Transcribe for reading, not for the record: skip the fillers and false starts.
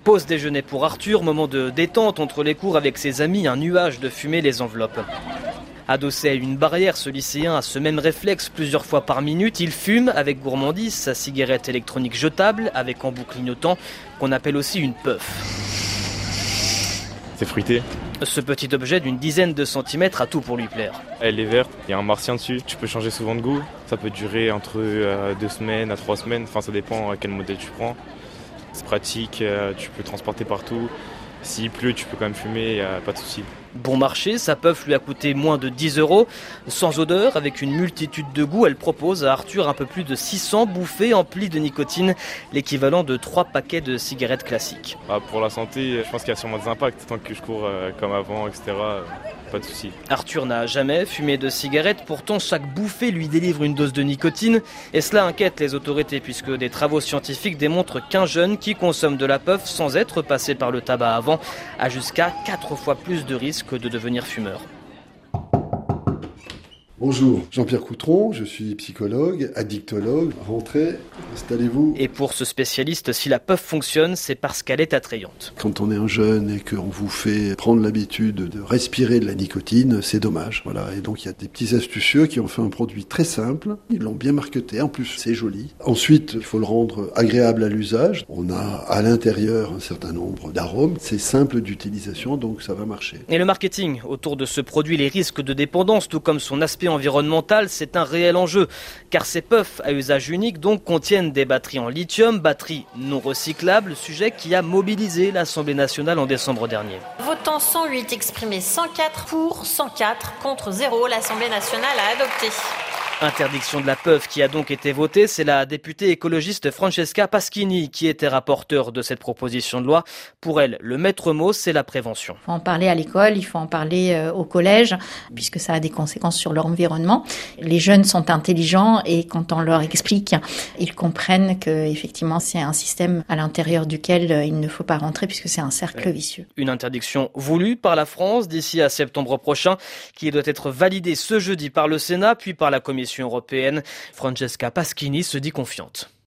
Pause déjeuner pour Arthur, moment de détente entre les cours avec ses amis, un nuage de fumée les enveloppe. Adossé à une barrière, ce lycéen a ce même réflexe plusieurs fois par minute. Il fume avec gourmandise sa cigarette électronique jetable avec embout clignotant qu'on appelle aussi une puff. C'est fruité. Ce petit objet d'une dizaine de centimètres a tout pour lui plaire. Elle est verte, il y a un martien dessus. Tu peux changer souvent de goût. Ça peut durer entre 2 semaines à 3 semaines. Enfin, ça dépend à quel modèle tu prends. C'est pratique, tu peux transporter partout. S'il pleut, tu peux quand même fumer, il n'y a pas de souci. Bon marché, sa puff lui a coûté moins de 10 €. Sans odeur, avec une multitude de goûts, elle propose à Arthur un peu plus de 600 bouffées emplies de nicotine, l'équivalent de 3 paquets de cigarettes classiques. Pour la santé, je pense qu'il y a sûrement des impacts. Tant que je cours comme avant, etc., pas de souci. Arthur n'a jamais fumé de cigarette, pourtant chaque bouffée lui délivre une dose de nicotine. Et cela inquiète les autorités puisque des travaux scientifiques démontrent qu'un jeune qui consomme de la puff sans être passé par le tabac avant a jusqu'à 4 fois plus de risques de devenir fumeur. Bonjour, Jean-Pierre Coutron, je suis psychologue, addictologue. Rentrez, installez-vous. Et pour ce spécialiste, si la puff fonctionne, c'est parce qu'elle est attrayante. Quand on est un jeune et qu'on vous fait prendre l'habitude de respirer de la nicotine, c'est dommage. Voilà. Et donc il y a des petits astucieux qui ont fait un produit très simple. Ils l'ont bien marketé, en plus c'est joli. Ensuite, il faut le rendre agréable à l'usage. On a à l'intérieur un certain nombre d'arômes. C'est simple d'utilisation, donc ça va marcher. Et le marketing autour de ce produit, les risques de dépendance, tout comme son aspect environnemental, c'est un réel enjeu. Car ces puffs à usage unique donc contiennent des batteries en lithium, batteries non recyclables, sujet qui a mobilisé l'Assemblée nationale en décembre dernier. Votant 108, exprimé 104 pour, 104 contre 0, l'Assemblée nationale a adopté. Interdiction de la puff qui a donc été votée, c'est la députée écologiste Francesca Pasquini qui était rapporteure de cette proposition de loi. Pour elle, le maître mot, c'est la prévention. Il faut en parler à l'école, il faut en parler au collège, puisque ça a des conséquences sur leur environnement. Les jeunes sont intelligents et quand on leur explique, ils comprennent que effectivement c'est un système à l'intérieur duquel il ne faut pas rentrer puisque c'est un cercle vicieux. Une interdiction voulue par la France d'ici à septembre prochain, qui doit être validée ce jeudi par le Sénat puis par la Commission européenne. Francesca Pasquini se dit confiante.